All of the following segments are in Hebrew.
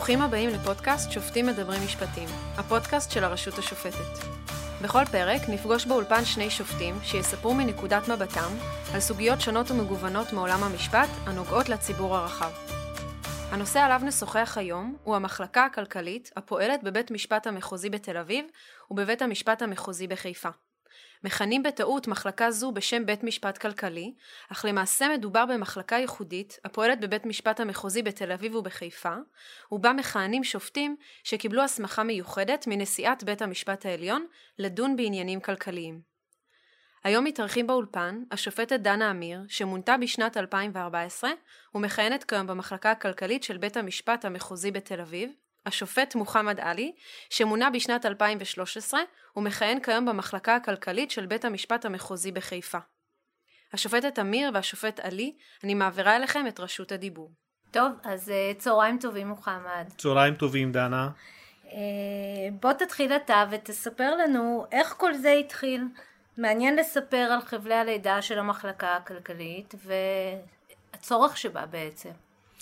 ברוכים הבאים לפודקאסט שופטים מדברים משפטים, הפודקאסט של הרשות השופטת. בכל פרק נפגוש באולפן שני שופטים שיספרו מנקודת מבטם על סוגיות שונות ומגוונות מעולם המשפט הנוגעות לציבור הרחב. הנושא עליו נשוחח היום הוא המחלקה הכלכלית הפועלת בבית משפט המחוזי בתל אביב ובבית המשפט המחוזי בחיפה. מכנים בטעות מחלקה זו בשם בית משפט כלכלי, אך למעשה מדובר במחלקה ייחודית הפועלת בבית משפט המחוזי בתל אביב ובחיפה, ובה מכהנים שופטים שקיבלו הסמכה מיוחדת מנשיאת בית המשפט העליון לדון בעניינים כלכליים. היום מתארחים באולפן השופטת דנה אמיר, שמונתה בשנת 2014 ומכהנת כיום במחלקה הכלכלית של בית המשפט המחוזי בתל אביב, השופט מוחמד עלי, שמונה בשנת 2013 ומכהן כיום במחלקה הכלכלית של בית המשפט המחוזי בחיפה. השופטת אמיר והשופט עלי, אני מעבירה אליכם את רשות הדיבור. טוב, אז צהריים טובים מוחמד. צהריים טובים דנה. בוא תתחיל אתה ותספר לנו איך כל זה התחיל. מעניין לספר על חבלי הלידה של המחלקה הכלכלית והצורך שבה בעצם.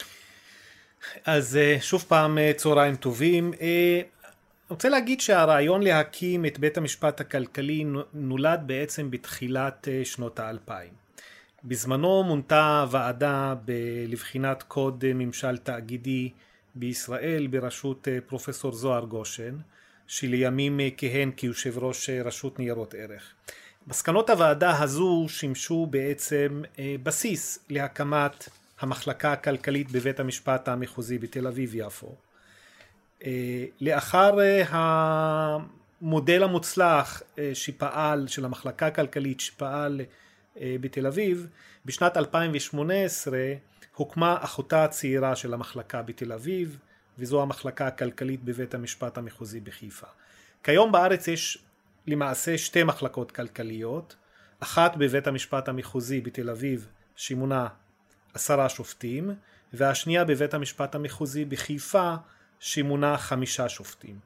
אז שוב פעם צהריים טובים. אני רוצה להגיד שהרעיון להקים את בית המשפט הכלכלי נולד בעצם בתחילת שנות ה-2000. בזמנו מונתה ועדה לבחינת קוד ממשל תאגידי בישראל בראשות פרופסור זוהר גושן, שלימים כיהן כיושב ראש רשות ניירות ערך. מסקנות הוועדה הזו שימשו בעצם בסיס להקמת המחלקה הכלכלית בבית המשפט המחוזי בתל אביב יפו. לאחר המודל המוצלח שפעל, של המחלקה הכלכלית שפעל בתל אביב, בשנת 2018 הוקמה אחותה הצעירה של המחלקה בתל אביב, וזו המחלקה הכלכלית בבית המשפט המחוזי בחיפה. כיום בארץ יש למעשה שתי מחלקות כלכליות, אחת בבית המשפט המחוזי בתל אביב שמונה 10 שופטים, והשנייה בבית המשפט המחוזי בחיפה שמונה 5 שופטים.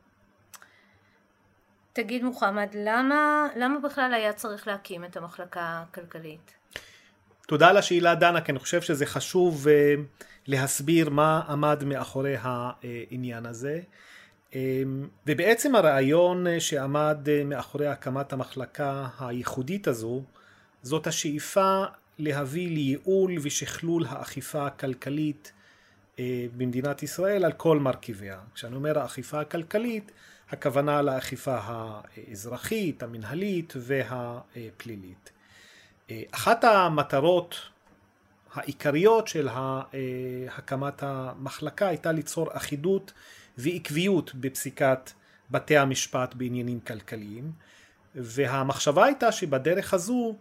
תגיד מוחמד, למה בכלל היה צריך להקים את המחלקה הכלכלית? תודה על השאלה דנה, כי אני חושב שזה חשוב להסביר מה עמד מאחורי העניין הזה. ובעצם הרעיון שעמד מאחורי הקמת המחלקה הייחודית הזו, זאת השאיפה להביא לייעול ושכלול האכיפה הכלכלית במדינת ישראל על כל מרכיביה. כשאני אומר האכיפה הכלכלית, הכוונה לאכיפה האזרחית, המנהלית והפלילית. אחת המטרות העיקריות של הקמת המחלקה הייתה ליצור אחידות ועקביות בפסיקת בתי המשפט בעניינים כלכליים, והמחשבה הייתה שבדרך הזו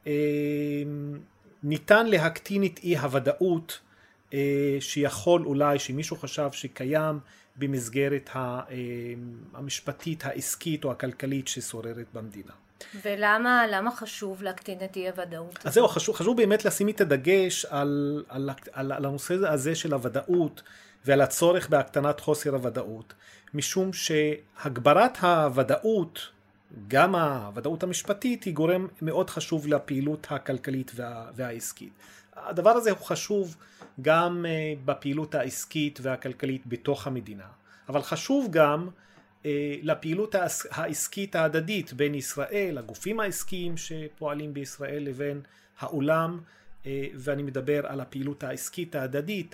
ניתן להקטין את אי הוודאות שיכול אולי שמישהו חשב שקיים במסגרת המשפטית העסקית או הכלכלית ששוררת במדינה. ולמה חשוב להקטין את אי הוודאות? אז זהו, חשוב באמת לשים את הדגש על הנושא הזה של הוודאות ועל הצורך בהקטנת חוסר הוודאות, משום שהגברת הוודאות, גם הוודאות המשפטית, היא גורם מאוד חשוב לפעילות הכלכלית והעסקית. הדבר הזה הוא חשוב גם בפעילות העסקית והכלכלית בתוך המדינה, אבל חשוב גם לפעילות העסקית ההדדית בין ישראל, הגופים העסקיים שפועלים בישראל לבין העולם, ואני מדבר על הפעילות העסקית ההדדית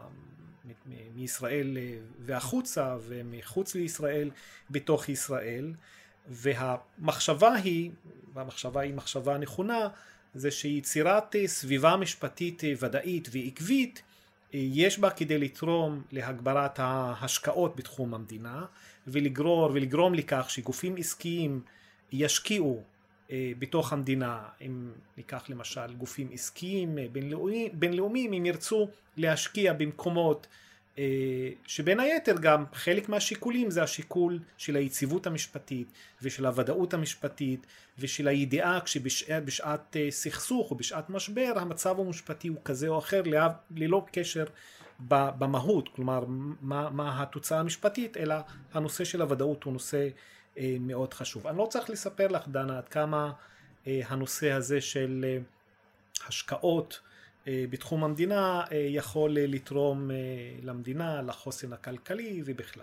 מישראל והחוצה ומחוץ לישראל בתוך ישראל. והמחשבה היא מחשבה נכונה, זה שיצירת סביבה משפטית ודאית ועקבית יש בה כדי לתרום להגברת ההשקעות בתחום המדינה ולגרום לכך שגופים עסקיים ישקיעו בתוך המדינה. אם ניקח למשל גופים עסקיים בינלאומיים, אם ירצו להשקיע במקומות שבין היתר גם חלק מהשיקולים זה השיקול של היציבות המשפטית ושל הוודאות המשפטית ושל הידיעה כשבשעת סכסוך או בשעת משבר המצב המשפטי הוא כזה או אחר ללא קשר במהות, כלומר מה התוצאה המשפטית, אלא הנושא של הוודאות הוא נושא מאוד חשוב. אני לא צריך לספר לך דנה עד כמה הנושא הזה של השקעות בתחום המדינה יכול לתרום למדינה, לחוסן הכלכלי ובכלל.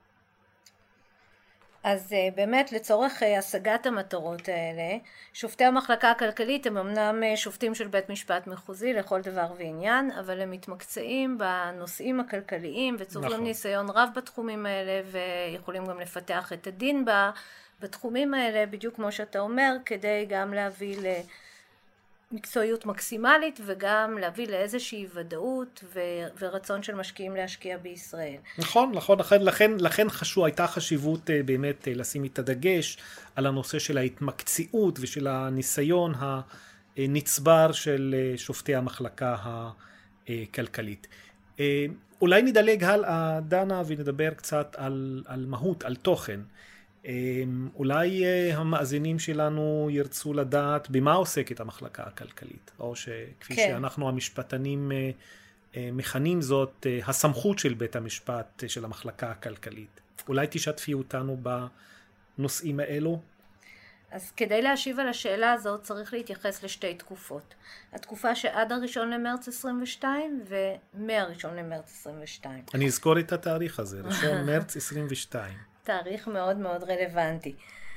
אז באמת לצורך השגת המטרות האלה, שופטי המחלקה הכלכלית הם אמנם שופטים של בית משפט מחוזי לכל דבר ועניין, אבל הם מתמקצעים בנושאים הכלכליים וצוברים ניסיון רב בתחומים האלה, ויכולים גם לפתח את הדין בתחומים האלה, בדיוק כמו שאתה אומר, כדי גם להביא מקצועיות מקסימלית וגם להביא לאיזושהי ודאות ורצון של משקיעים להשקיע בישראל. נכון, לכן הייתה חשיבות באמת לשים את הדגש על הנושא של ההתמקצעות ושל הניסיון הנצבר של שופטי המחלקה הכלכלית. אולי נדלג הלאה, דנה, ונדבר קצת על מהות, על תוכן. אולי המאזינים שלנו ירצו לדעת במה עוסקת המחלקה הכלכלית, או שכפי שאנחנו המשפטנים מכנים זאת, הסמכות של בית המשפט של המחלקה הכלכלית. אולי תשתפי אותנו בנושאים האלו? אז כדי להשיב על השאלה הזאת צריך להתייחס לשתי תקופות. התקופה שעד הראשון למרץ 22 ומהראשון למרץ 22. אני אזכור את התאריך הזה, ראשון מרץ 22. תאריך מאוד מאוד רלוונטי.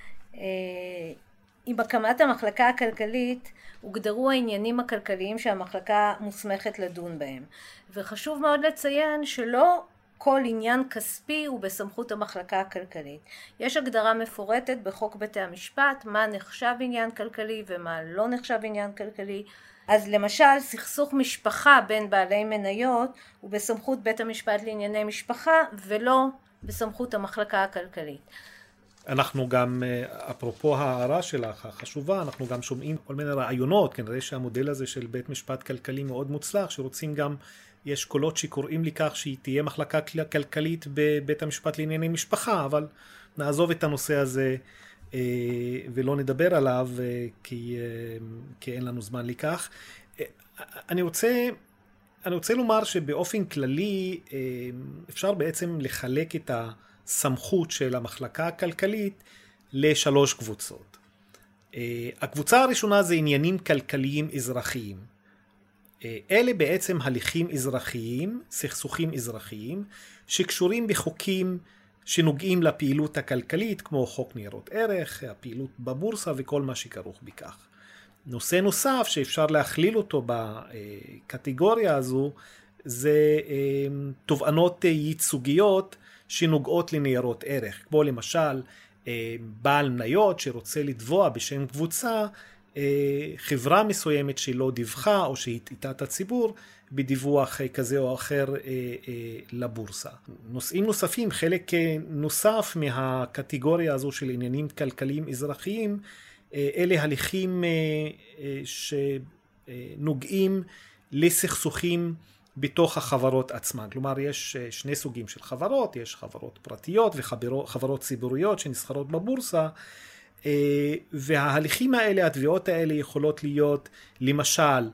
עם הקמת המחלקה הכלכלית הוגדרו העניינים הכלכליים שהמחלקה מוסמכת לדון בהם. וחשוב מאוד לציין שלא כל עניין כספי הוא בסמכות המחלקה הכלכלית. יש הגדרה מפורטת בחוק בתי המשפט, מה נחשב עניין כלכלי ומה לא נחשב עניין כלכלי. אז למשל, סכסוך משפחה בין בעלי מניות הוא בסמכות בית המשפט לענייני משפחה ולא בסמכות המחלקה הכלכלית. אנחנו גם, אפרופו הערה שלך החשובה, אנחנו גם שומעים כל מיני רעיונות, כנראה שהמודל הזה של בית משפט כלכלי מאוד מוצלח, שרוצים גם, יש קולות שקוראים לכך שהיא תהיה מחלקה כלכלית בבית המשפט לענייני משפחה, אבל נעזוב את הנושא הזה ולא נדבר עליו, כי אין לנו זמן לכך. אני רוצה לומר שבאופן כללי אפשר בעצם לחלק את הסמכות של המחלקה הכלכלית לשלוש קבוצות. הקבוצה הראשונה זה עניינים כלכליים אזרחיים. אלה בעצם הליכים אזרחיים, סכסוכים אזרחיים, שקשורים בחוקים שנוגעים לפעילות הכלכלית, כמו חוק ניירות ערך, הפעילות בבורסה וכל מה שכרוך בכך. נושא נוסף שאפשר להכליל אותו בקטגוריה הזו, זה תובענות ייצוגיות שנוגעות לניירות ערך, כמו למשל בעל מניות שרוצה לתבוע בשם קבוצה חברה מסוימת שלא דיווחה או שהטעתה את הציבור בדיווח כזה או אחר לבורסה. נושאים נוספים, חלק נוסף מהקטגוריה הזו של עניינים כלכליים אזרחיים, אלה הליכים שנוגעים לסכסוכים בתוך החברות עצמן. כלומר, יש שני סוגים של חברות, יש חברות פרטיות וחברות ציבוריות שנסחרות בבורסה, וההליכים האלה, התביעות האלה יכולות להיות למשל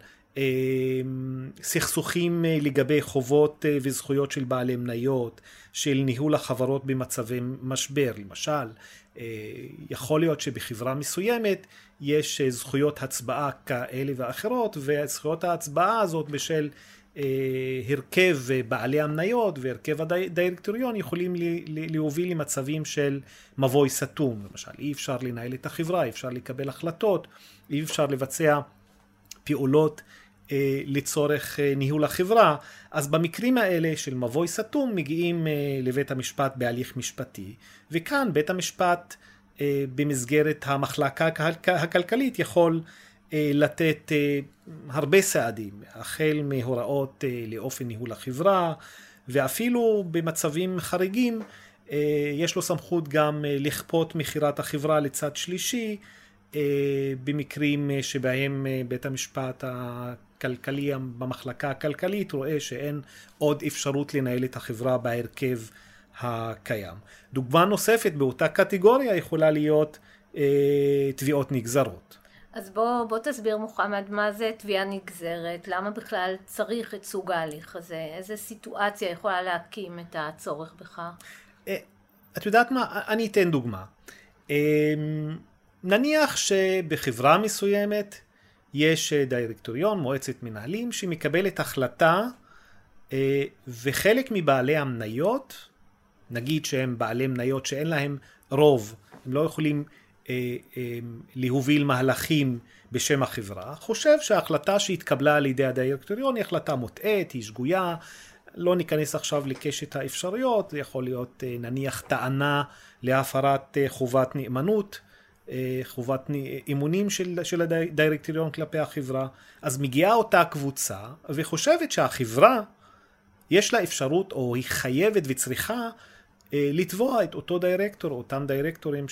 סכסוכים לגבי חובות וזכויות של בעלי מניות, של ניהול החברות במצבי משבר. למשל, יכול להיות שבחברה מסוימת יש זכויות הצבעה כאלה ואחרות, וזכויות ההצבעה הזאת בשל הרכב בעלי המניות והרכב הדירקטוריון יכולים להוביל למצבים של מבוי סתום. למשל, אי אפשר לנהל את החברה, אי אפשר לקבל החלטות, אי אפשר לבצע פעולות לצורך ניהול החברה. אז במקרים האלה של מבוי סתום מגיעים לבית המשפט בהליך משפטי, וכאן בית המשפט במסגרת המחלקה הכלכלית יכול לתת הרבה סעדים, החל מהוראות לאופן ניהול החברה, ואפילו במצבים חריגים יש לו סמכות גם לכפות מכירת החברה לצד שלישי, במקרים שבהם בית המשפט הכלכלי במחלקה הכלכלית רואה שאין עוד אפשרות לנהל את החברה בהרכב הקיים. דוגמה נוספת באותה קטגוריה יכולה להיות תביעות נגזרות. אז בוא תסביר, מוחמד, מה זה תביעה נגזרת? למה בכלל צריך את סוג ההליך הזה? איזה סיטואציה יכולה להקים את הצורך בכך? את יודעת מה? אני אתן דוגמה. נניח שבחברה מסוימת יש דירקטוריון, מועצת מנהלים, שמקבלת החלטה, וחלק מבעלי המניות, נגיד שהם בעלי מניות שאין להם רוב, הם לא יכולים להוביל מהלכים בשם החברה, חושב שההחלטה שהתקבלה על ידי הדירקטוריון היא החלטה מוטעית, היא שגויה, לא ניכנס עכשיו לקשת האפשרויות, זה יכול להיות נניח טענה להפרת חובת נאמנות, חובת אימונים של הדירקטוריון כלפי החברה, אז מגיעה אותה קבוצה וחושבת שהחברה יש לה אפשרות או היא חייבת וצריכה לתבוע את אותו דירקטור, אותם דירקטורים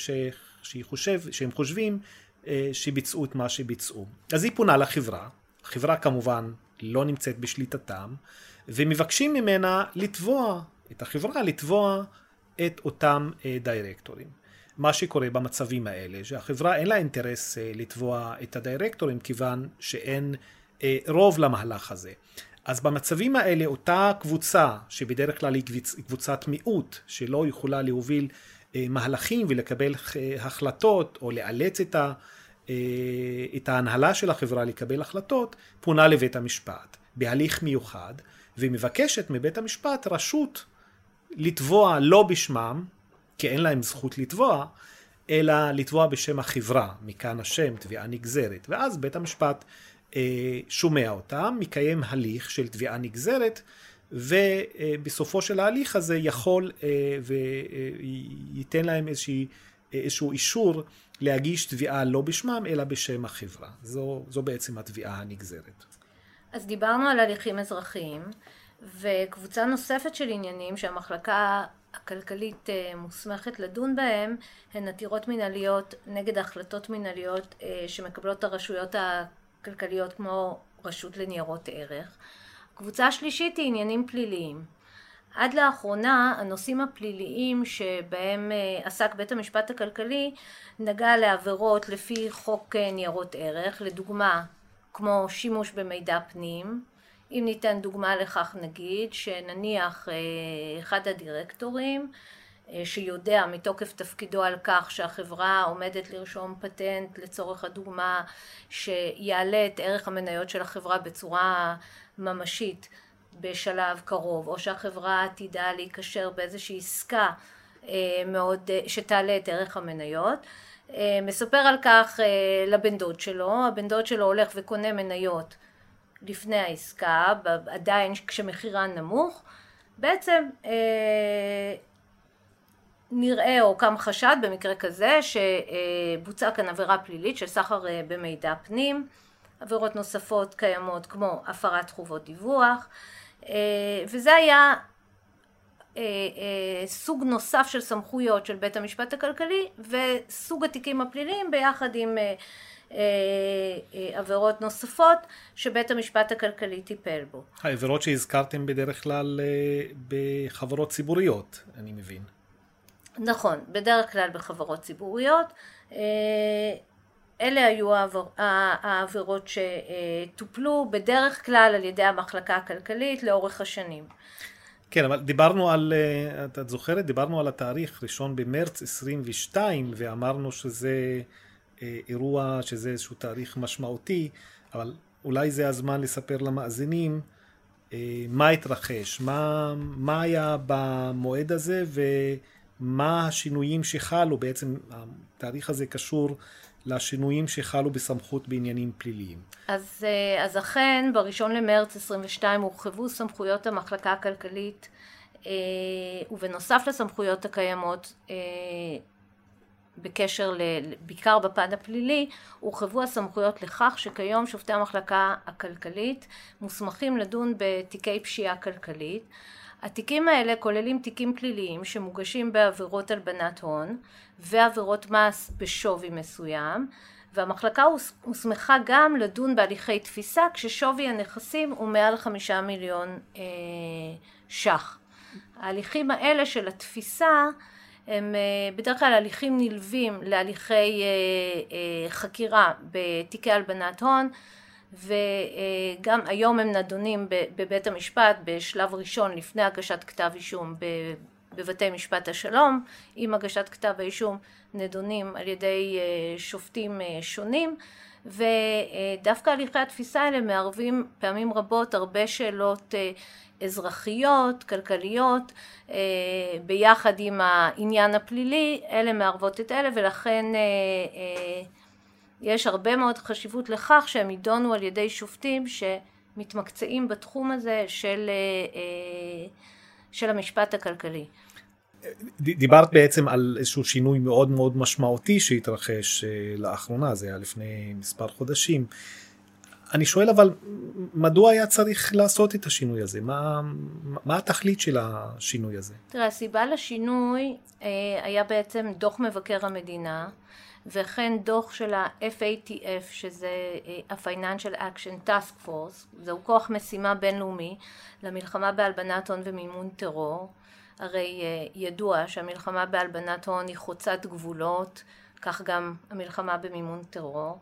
שהם חושבים שביצעו את מה שביצעו. אז היא פונה לחברה, החברה כמובן לא נמצאת בשליטתם, ומבקשים ממנה לתבוע את החברה, לתבוע את אותם דירקטורים. מה שקורה במצבים האלה, שהחברה אין לה אינטרס לתבוע את הדירקטורים, כיוון שאין רוב למהלך הזה. אז במצבים האלה אותה קבוצה, שבדרך כלל היא קבוצת מיעוט, שלא יכולה להוביל מהלכים ולקבל החלטות, או לאלץ את ההנהלה של החברה לקבל החלטות, פונה לבית המשפט בהליך מיוחד, ומבקשת מבית המשפט רשות לתבוע לא בשמם, כי אין להם זכות לתבוע, אלא לתבוע בשם החברה, מכאן השם, תביעה נגזרת. ואז בית המשפט שומע אותם, מקיים הליך של תביעה נגזרת, ובסופו של ההליך הזה יכול וייתן להם איזשהו אישור להגיש תביעה לא בשמם, אלא בשם החברה. זו בעצם התביעה הנגזרת. אז דיברנו על הליכים אזרחיים, וקבוצה נוספת של עניינים שהמחלקה הכלכלית מוסמכת לדון בהם, הן עתירות מנהליות נגד החלטות מנהליות שמקבלות הרשויות הכלכליות כמו רשות לניירות ערך. קבוצה השלישית היא עניינים פליליים. עד לאחרונה הנושאים הפליליים שבהם עסק בית המשפט הכלכלי נגע לעבירות לפי חוק ניירות ערך, לדוגמה כמו שימוש במידע פנים. אם ניתן דוגמה לכך, נגיד שנניח אחד הדירקטורים שיודע מתוקף תפקידו על כך שהחברה עומדת לרשום פטנט לצורך הדוגמה שיעלה את ערך המניות של החברה בצורה ממשית בשלב קרוב, או שהחברה תדע להיקשר באיזושהי עסקה מאוד שתעלה את ערך המניות, מספר על כך לבן דוד שלו. הבן דוד שלו הולך וקונה מניות לפני העסקה, עדיין כשמחירן נמוך, בעצם נראה או קם חשד במקרה כזה שבוצע כאן עבירה פלילית של סחר במידע פנים. עבירות נוספות קיימות כמו הפרת חובות דיווח, וזה היה סוג נוסף של סמכויות של בית המשפט הכלכלי, וסוג התיקים הפליליים ביחד עם עבירות נוספות שבית המשפט הכלכלי טיפל בו. העבירות שהזכרתם בדרך כלל בחברות ציבוריות, אני מבין. נכון, בדרך כלל בחברות ציבוריות. אלה היו העבירות שטופלו בדרך כלל על ידי המחלקה הכלכלית לאורך השנים. כן, אבל דיברנו על, את זוכרת, דיברנו על התאריך 1 במרץ 22, ואמרנו שזה אירוע, שזה איזשהו תאריך משמעותי, אבל אולי זה הזמן לספר למאזינים מה התרחש, מה היה במועד הזה, ומה השינויים שחלו. בעצם התאריך הזה קשור לשינויים שחלו בסמכות בעניינים פליליים. אז אכן, ב1 למרץ 22 הורחבו סמכויות המחלקה הכלכלית, ובנוסף לסמכויות הקיימות, בקשר בעיקר בפן הפלילי, הורחבו הסמכויות לכך שכיום שופטי המחלקה הכלכלית מוסמכים לדון בתיקי פשיעה כלכלית. התיקים האלה כוללים תיקים פליליים שמוגשים בעבירות הלבנת הון ועבירות מס בשווי מסוים, והמחלקה הוסמכה גם לדון בהליכי תפיסה כששווי הנכסים הוא מעל 5 מיליון ש"ח. ההליכים האלה של התפיסה הם בדרך כלל הליכים נלווים להליכי חקירה בתיקי הלבנת הון, וגם היום הם נדונים בבית המשפט בשלב ראשון לפני הגשת כתב אישום בבתי משפט השלום. עם הגשת כתב האישום נדונים על ידי שופטים שונים, ודווקא הליכי התפיסה האלה מערבים פעמים רבות הרבה שאלות אזרחיות, כלכליות, ביחד עם העניין הפלילי, אלה מערבות את אלה, ולכן יש הרבה מאוד חשיבות לכך שהם יידונו על ידי שופטים שמתמקצעים בתחום הזה של המשפט הכלכלי. דיברת בעצם על איזשהו שינוי מאוד מאוד משמעותי שהתרחש לאחרונה, זה היה לפני מספר חודשים. אני שואל אבל, מדוע היה צריך לעשות את השינוי הזה? מה התכלית של השינוי הזה? תראה, הסיבה לשינוי היה בעצם דוח מבקר המדינה, וכן דוח של ה-FATF, שזה ה-Financial Action Task Force, זהו כוח משימה בינלאומי למלחמה בהלבנת הון ומימון טרור. הרי ידוע שהמלחמה בהלבנת הון היא חוצת גבולות, כך גם המלחמה במימון טרור,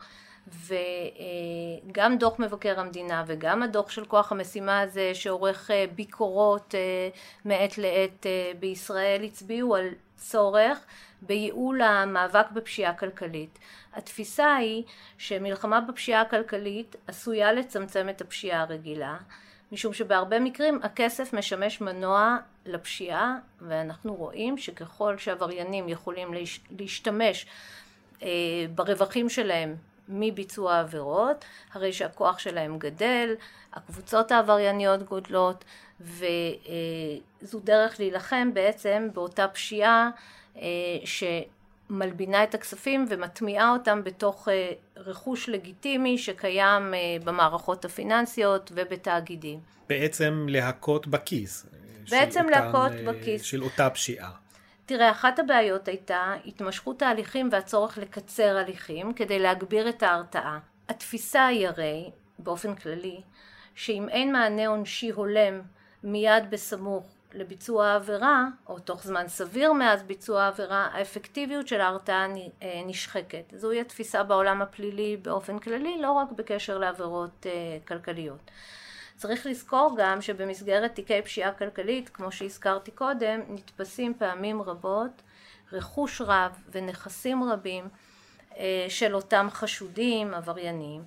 וגם דוח מבקר המדינה וגם הדוח של כוח המשימה הזה שעורך ביקורות מעת לעת בישראל הצביעו על צורך בייעול המאבק בפשיעה כלכלית. התפיסה היא שמלחמה בפשיעה הכלכלית עשויה לצמצם את הפשיעה הרגילה, משום שבהרבה מקרים הכסף משמש מנוע לפשיעה, ואנחנו רואים שככל שעבריינים יכולים להשתמש ברווחים שלהם מביצוע עבירות, הרי שהכוח שלהם גדל, הקבוצות העברייניות גודלות, וזו דרך להילחם בעצם באותה פשיעה שמלבינה את הכספים ומטמיעה אותם בתוך רכוש לגיטימי שקיים במערכות הפיננסיות ובתאגידים. בעצם להכות בכיס. של אותה פשיעה. תראה, אחת הבעיות הייתה התמשכות ההליכים והצורך לקצר הליכים כדי להגביר את ההרתעה. התפיסה היא הרי, באופן כללי, שאם אין מענה עונשי הולם מיד בסמוך לביצוע העבירה, או תוך זמן סביר מאז ביצוע העבירה, האפקטיביות של ההרתעה נשחקת. זוהי התפיסה בעולם הפלילי באופן כללי, לא רק בקשר לעבירות כלכליות. צריך לזכור גם שבמסגרת תיקי פשיעה כלכלית, כמו שהזכרתי קודם, נתפסים פעמים רבות רכוש רב ונכסים רבים של אותם חשודים, עבריינים,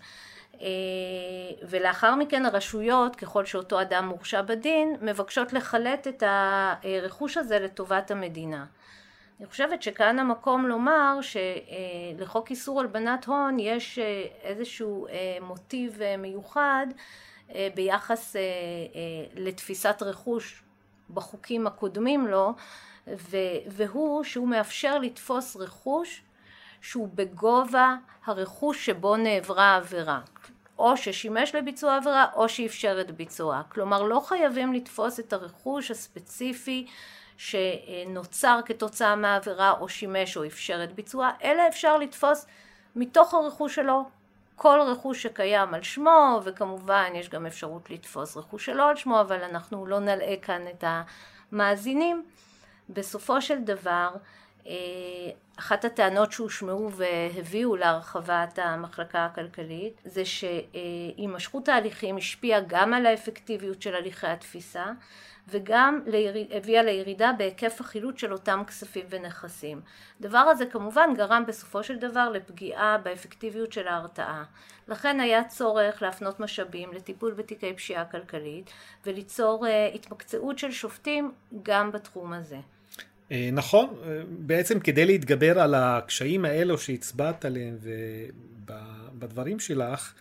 ולאחר מכן הרשויות, ככל שאותו אדם מורשע בדין, מבקשות לחלט את הרכוש הזה לטובת המדינה. אני חושבת שכאן המקום לומר שלחוק איסור הלבנת הון יש איזשהו מוטיב מיוחד ביחס לתפיסת רכוש בחוקים הקודמים לו, והוא שהוא מאפשר לתפוס רכוש שהוא בגובה הרכוש שבו נעברה העבירה, או ששימש לביצוע עבירה או שאפשר את ביצועה. כלומר, לא חייבים לתפוס את הרכוש הספציפי שנוצר כתוצאה מהעבירה או שימש או אפשר את ביצועה, אלא אפשר לתפוס מתוך הרכוש שלו כל רכוש שקיים על שמו, וכמובן יש גם אפשרות לתפוס רכוש שלו על שמו, אבל אנחנו לא נלאה כאן את המאזינים. בסופו של דבר, אחת הטענות שהושמעו והביאו להרחבת המחלקה הכלכלית, זה שהימשכות ההליכים השפיעה גם על האפקטיביות של הליכי התפיסה, וגם הביאה לירידה בהיקף החילוט של אותם כספים ונכסים. דבר הזה כמובן גרם בסופו של דבר לפגיעה באפקטיביות של ההרתעה. לכן היה צורך להפנות משאבים לטיפול בתיקי פשיעה כלכלית, וליצור התמקצעות של שופטים גם בתחום הזה. נכון, בעצם כדי להתגבר על הקשיים האלו שהצבעת עליהם בדברים שלך,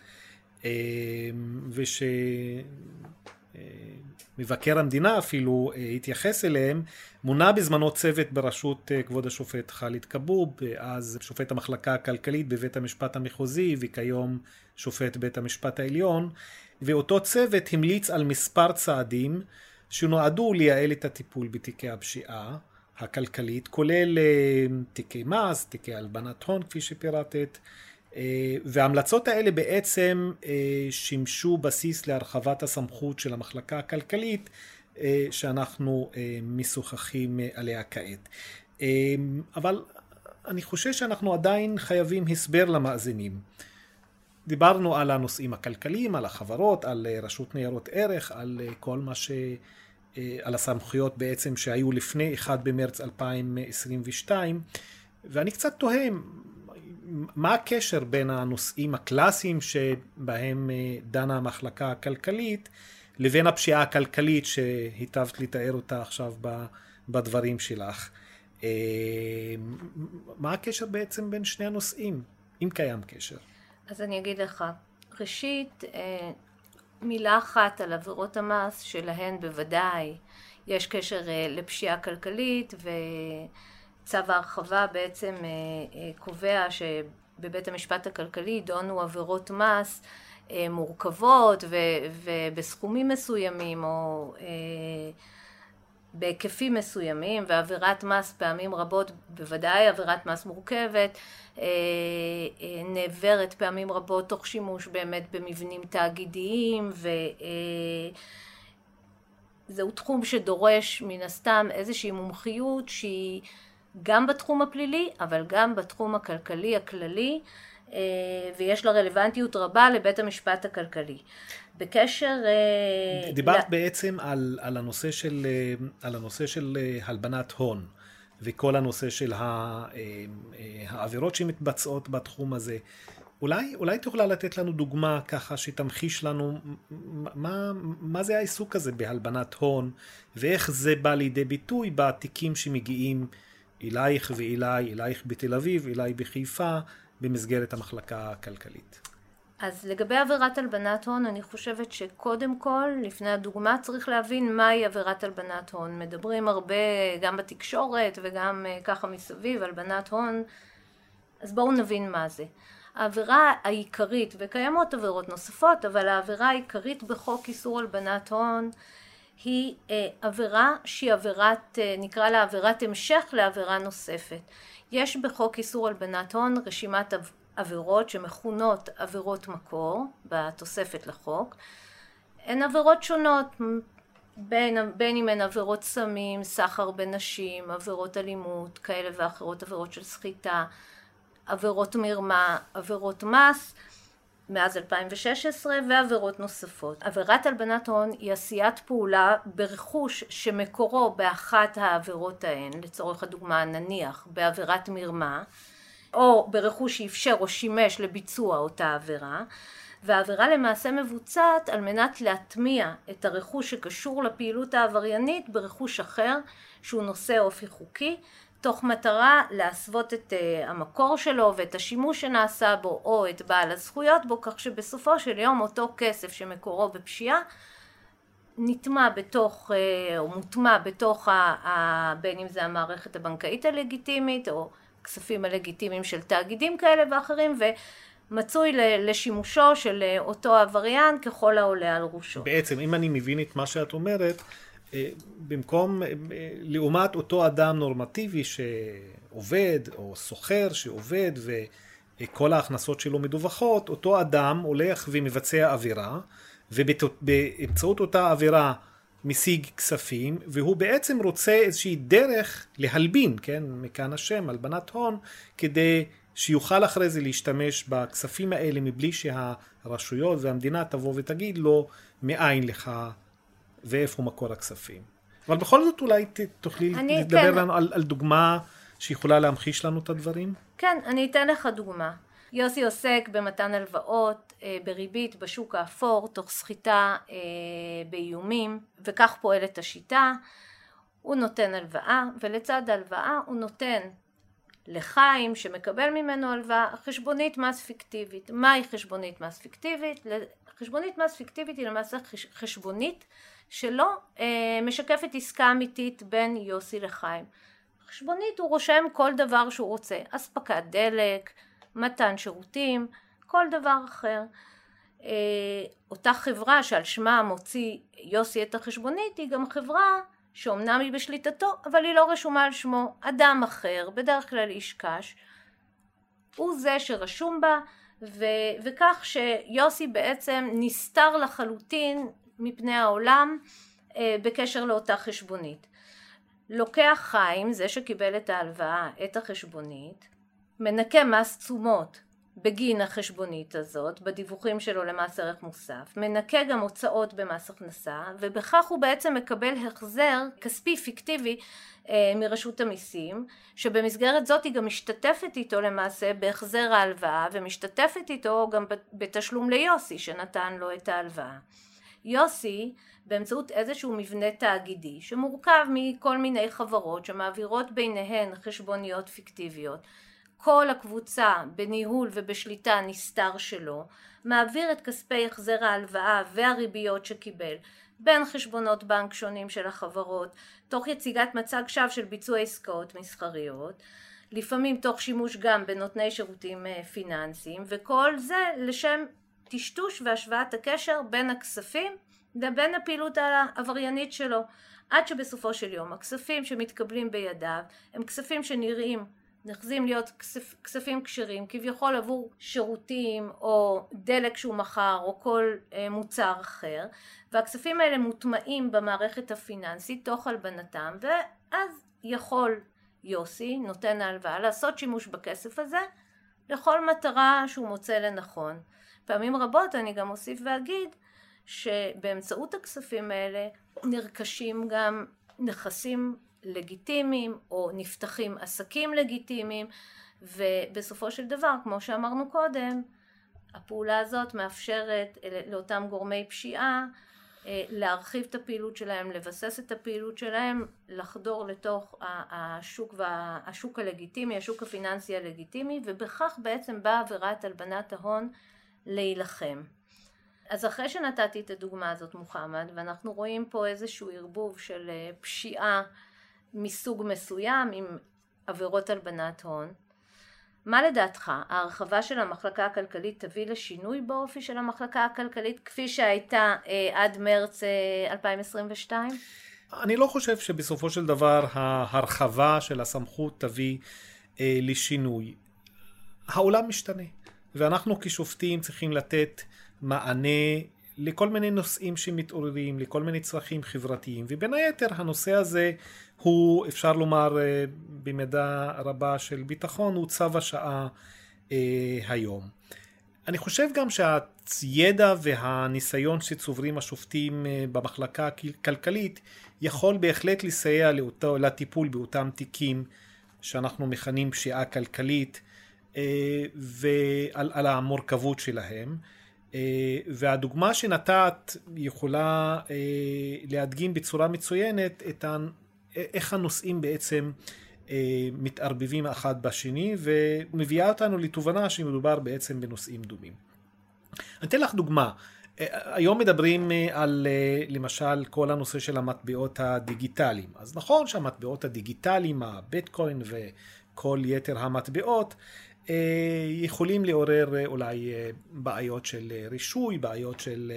מבקר המדינה אפילו התייחס אליהם, מונה בזמנו צוות בראשות כבוד השופט חאלד כבוב, אז שופט המחלקה הכלכלית בבית המשפט המחוזי וכיום שופט בית המשפט העליון, ואותו צוות המליץ על מספר צעדים שנועדו לייעל את הטיפול בתיקי הפשיעה הכלכלית, כולל תיקי מס, תיקי הלבנת הון כפי שפירטת, וההמלצות האלה בעצם שימשו בסיס להרחבת הסמכות של המחלקה הכלכלית שאנחנו משוחחים עליה כעת. אבל אני חושב שאנחנו עדיין חייבים הסבר למאזינים. דיברנו על הנושאים הכלכליים, על החברות, על רשות ניירות ערך, על כל מה על הסמכויות בעצם שהיו לפני 1 במרץ 2022, ואני קצת תוהם, מה הקשר בין הנושאים הקלאסיים שבהם דנה המחלקה הכלכלית, לבין הפשיעה הכלכלית שהיטבת לתאר אותה עכשיו בדברים שלך? מה הקשר בעצם בין שני הנושאים, אם קיים קשר? אז אני אגיד לך, ראשית, מילה אחת על עבירות המס, שלהן בוודאי יש קשר לפשיעה כלכלית, וצו ההרחבה בעצם קובע שבבית המשפט הכלכלי דונו עבירות מס מורכבות ובסכומים מסוימים או בהיקפים מסוימים, ועבירת מס פעמים רבות, בוודאי עבירת מס מורכבת, נעברת פעמים רבות תוך שימוש באמת במבנים תאגידיים, וזהו תחום שדורש מן הסתם איזושהי מומחיות שהיא גם בתחום הפלילי, אבל גם בתחום הכלכלי הכללי, ויש לה רלוונטיות רבה לבית המשפט הכלכלי. בקשר... דיברת בעצם על הנושא של הלבנת הון, וכל הנושא של העבירות שמתבצעות בתחום הזה. אולי תוכלה לתת לנו דוגמה ככה שתמחיש לנו מה זה העיסוק הזה בהלבנת הון, ואיך זה בא לידי ביטוי בתיקים שמגיעים אלייך אלייך בתל אביב, אליי בחיפה, במסגרת המחלקה הכלכלית. אז לגבי עבירת הלבנת הון, אני חושבת שקודם כל, לפני הדוגמה, צריך להבין מהי עבירת הלבנת הון. מדברים הרבה גם בתקשורת וגם ככה מסביב, הלבנת הון, אז בואו נבין מה זה. העבירה העיקרית, וקיימות עבירות נוספות, אבל העבירה העיקרית בחוק איסור הלבנת הון, היא עבירה שהיא עבירת, נקרא לה עבירת המשך לעבירה נוספת. יש בחוק איסור הלבנת הון רשימת עבירות שמכונות עבירות מקור בתוספת לחוק. הן עבירות שונות, בין אם הן עבירות סמים, סחר בנשים, עבירות אלימות, כאלה ואחרות, עבירות של סחיטה, עבירות מרמה, עבירות מס, מאז 2016, ועבירות נוספות. עבירת הלבנת הון היא עשיית פעולה ברכוש שמקורו באחת העבירות ההן, לצורך הדוגמה נניח בעבירת מרמה, או ברכוש שאפשר או שימש לביצוע אותה עבירה, והעבירה למעשה מבוצעת על מנת להטמיע את הרכוש שקשור לפעילות העבריינית ברכוש אחר שהוא נושא אופי חוקי, תוך מטרה להסוות את המקור שלו ואת השימוש שנעשה בו או את בעל הזכויות בו, כך שבסופו של יום אותו כסף שמקורו בפשיעה נטמע בתוך או מוטמע בתוך בין אם זה המערכת הבנקאית הלגיטימית או כספים הלגיטימיים של תאגידים כאלה ואחרים, ומצוי לשימושו של אותו עבריין ככל העולה על ראשו. בעצם אם אני מבין את מה שאת אומרת, במקום, לעומת אותו אדם נורמטיבי שעובד או סוחר שעובד וכל ההכנסות שלו מדווחות, אותו אדם הולך ומבצע עבירה, ובאמצעות אותה עבירה משיג כספים, והוא בעצם רוצה איזושהי דרך להלבין, כן, מכאן השם, הלבנת הון, כדי שיוכל אחרי זה להשתמש בכספים האלה מבלי שהרשויות והמדינה תבוא ותגיד לו מאין לך ואיפה מקור הכספים. אבל בכל זאת אולי תוכלי לדבר לנו על דוגמה שיכולה להמחיש לנו את הדברים? כן, אני אתן לך דוגמה. יוסי עוסק במתן הלוואות בריבית בשוק האפור, תוך סחיטה באיומים, וכך פועלת השיטה. הוא נותן הלוואה, ולצד ההלוואה הוא נותן לחיים שמקבל ממנו הלוואה חשבונית מס פיקטיבית. מהי חשבונית מס פיקטיבית? חשבונית מס פיקטיבית היא למעשה חשבונית שלא משקפת עסקה אמיתית בין יוסי לחיים. חשבונית הוא רושם כל דבר שהוא רוצה, אספקת דלק, מתן שירותים, כל דבר אחר. אותה חברה שעל שמה מוציא יוסי את החשבונית היא גם חברה שאומנם היא בשליטתו, אבל היא לא רשומה על שמו. אדם אחר, בדרך כלל איש קש, הוא זה שרשום בה, וכך שיוסי בעצם נסתר לחלוטין מפני העולם בקשר לאותה חשבונית. לוקח חיים, זה שקיבל את ההלוואה, את החשבונית, מנקה מס תשומות בגין החשבונית הזאת, בדיווחים שלו למס ערך מוסף, מנקה גם הוצאות במס הכנסה, ובכך הוא בעצם מקבל החזר כספי פיקטיבי מרשות המיסים, שבמסגרת זאת היא גם משתתפת איתו למעשה בהחזר ההלוואה, ומשתתפת איתו גם בתשלום ליוסי שנתן לו את ההלוואה. יוסי, באמצעות איזשהו מבנה תאגידי שמורכב מכל מיני חברות שמעבירות ביניהן חשבוניות פיקטיביות, כל הקבוצה בניהול ובשליטה נסתר שלו, מעביר את כספי החזר ההלוואה והריביות שקיבל בין חשבונות בנק שונים של החברות, תוך יציגת מצג שווא של ביצוע עסקאות מסחריות, לפעמים תוך שימוש גם בנותני שירותים פיננסיים, וכל זה לשם טשטוש והשוואת הקשר בין הכספים לבין הפעילות העבריינית שלו, עד שבסופו של יום הכספים שמתקבלים בידיו הם כספים שנראים נחזים להיות כספים כשרים כביכול עבור שירותים או דלק שהוא מכר או כל מוצר אחר, והכספים האלה מוטמעים במערכת הפיננסית תוך הלבנתם, ואז יכול יוסי נותן ההלוואה לעשות שימוש בכסף הזה לכל מטרה שהוא מוצא לנכון. פעמים רבות אני גם אוסיף ואגיד שבאמצעות הכספים האלה נרכשים גם נכסים לגיטימיים או נפתחים עסקים לגיטימיים, ובסופו של דבר, כמו שאמרנו קודם, הפעולה הזאת מאפשרת לאותם גורמי פשיעה להרחיב את הפעילות שלהם, לבסס את הפעילות שלהם, לחדור לתוך השוק הלגיטימי, השוק הפיננסי הלגיטימי, ובכך בעצם באה עבירת הלבנת ההון להילחם. אז אחרי שנתתי את הדוגמה הזאת מוחמד, ואנחנו רואים פה איזשהו ערבוב של פשיעה מסוג מסוים עם עבירות הלבנת הון, מה לדעתך ההרחבה של המחלקה הכלכלית תביא לשינוי באופי של המחלקה הכלכלית כפי שהייתה עד מרץ 2022? אני לא חושב שבסופו של דבר ההרחבה של הסמכות תביא לשינוי. העולם משתנה, ואנחנו כשופטים צריכים לתת מענה לכל מיני נושאים שמתעוררים, לכל מיני צרכים חברתיים, ובין היתר הנושא הזה הוא, אפשר לומר במידה רבה של ביטחון, הוא צו השעה היום. אני חושב גם שהידע והניסיון שצוברים השופטים במחלקה הכלכלית יכול בהחלט לסייע לטיפול באותם תיקים שאנחנו מכנים פשיעה כלכלית ועל המורכבות שלהם. והדוגמה שנתת יכולה להדגים בצורה מצוינת איך הנושאים בעצם מתערבבים אחד בשני, ומביאה אותנו לתובנה שמדובר בעצם בנושאים דומים. אני אתן לך דוגמה. היום מדברים על למשל כל הנושא של המטבעות הדיגיטליים. אז נכון שהמטבעות הדיגיטליים, הביטקוין וכל יתר המטבעות, יכולים לעורר אולי בעיות של רישוי, בעיות של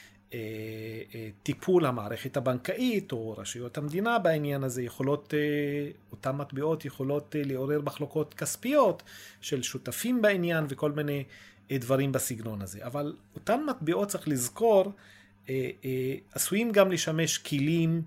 טיפול המערכת הבנקאית או רשויות המדינה בעניין הזה. אותם מטבעות יכולות לעורר מחלוקות כספיות של שותפים בעניין וכל מיני דברים בסגנון הזה. אבל אותם מטבעות, צריך לזכור, עשויים גם לשמש כלים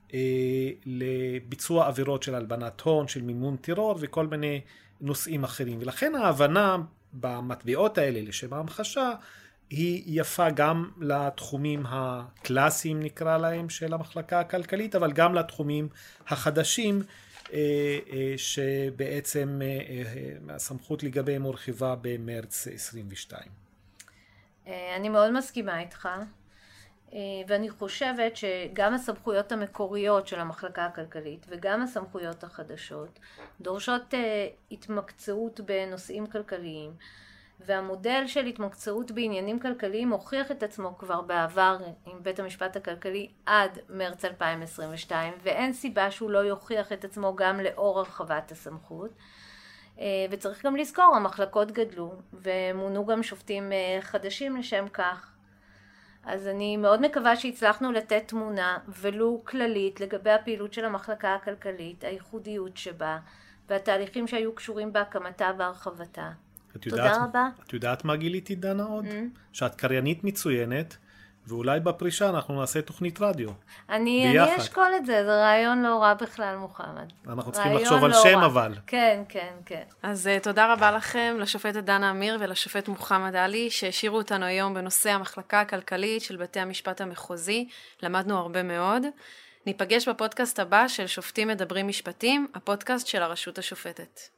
לביצוע עבירות של הלבנת הון, של מימון טרור וכל מיני נושאים אחרים. ולכן ההבנה במטבעות האלה לשם ההמחשה היא יפה גם לתחומים הקלאסיים נקרא להם של המחלקה הכלכלית, אבל גם לתחומים החדשים שבעצם הסמכות לגביהם הורחבה במרץ 22. אני מאוד מסכימה איתך, ואני חושבת שגם הסמכויות המקוריות של המחלקה הכלכלית וגם הסמכויות החדשות דורשות התמקצעות בנושאים כלכליים, והמודל של התמקצעות בעניינים כלכליים הוכיח את עצמו כבר בעבר עם בית המשפט הכלכלי עד מרץ 2022, ואין סיבה שהוא לא יוכיח את עצמו גם לאור הרחבת הסמכות. וצריך גם לזכור, המחלקות גדלו ומונו גם שופטים חדשים לשם כך. אז אני מאוד מקווה שהצלחנו לתת תמונה ולו כללית לגבי הפעילות של המחלקה הכלכלית, הייחודיות שבה והתהליכים שהיו קשורים בהקמתה והרחבתה. תודה רבה. את יודעת מה גיליתי, דנה, עוד? שאת קריינית מצוינת ואולי בפרישה אנחנו נעשה תוכנית רדיו. אני אשקול את זה, זה רעיון לא רע בכלל, מוחמד. אנחנו צריכים לחשוב על שם אבל. כן, כן, כן. אז תודה רבה לכם, לשופטת דנה אמיר ולשופט מוחמד עלי, שהשאירו אותנו היום בנושא המחלקה הכלכלית של בתי המשפט המחוזי. למדנו הרבה מאוד. ניפגש בפודקאסט הבא של שופטים מדברים משפטים, הפודקאסט של הרשות השופטת.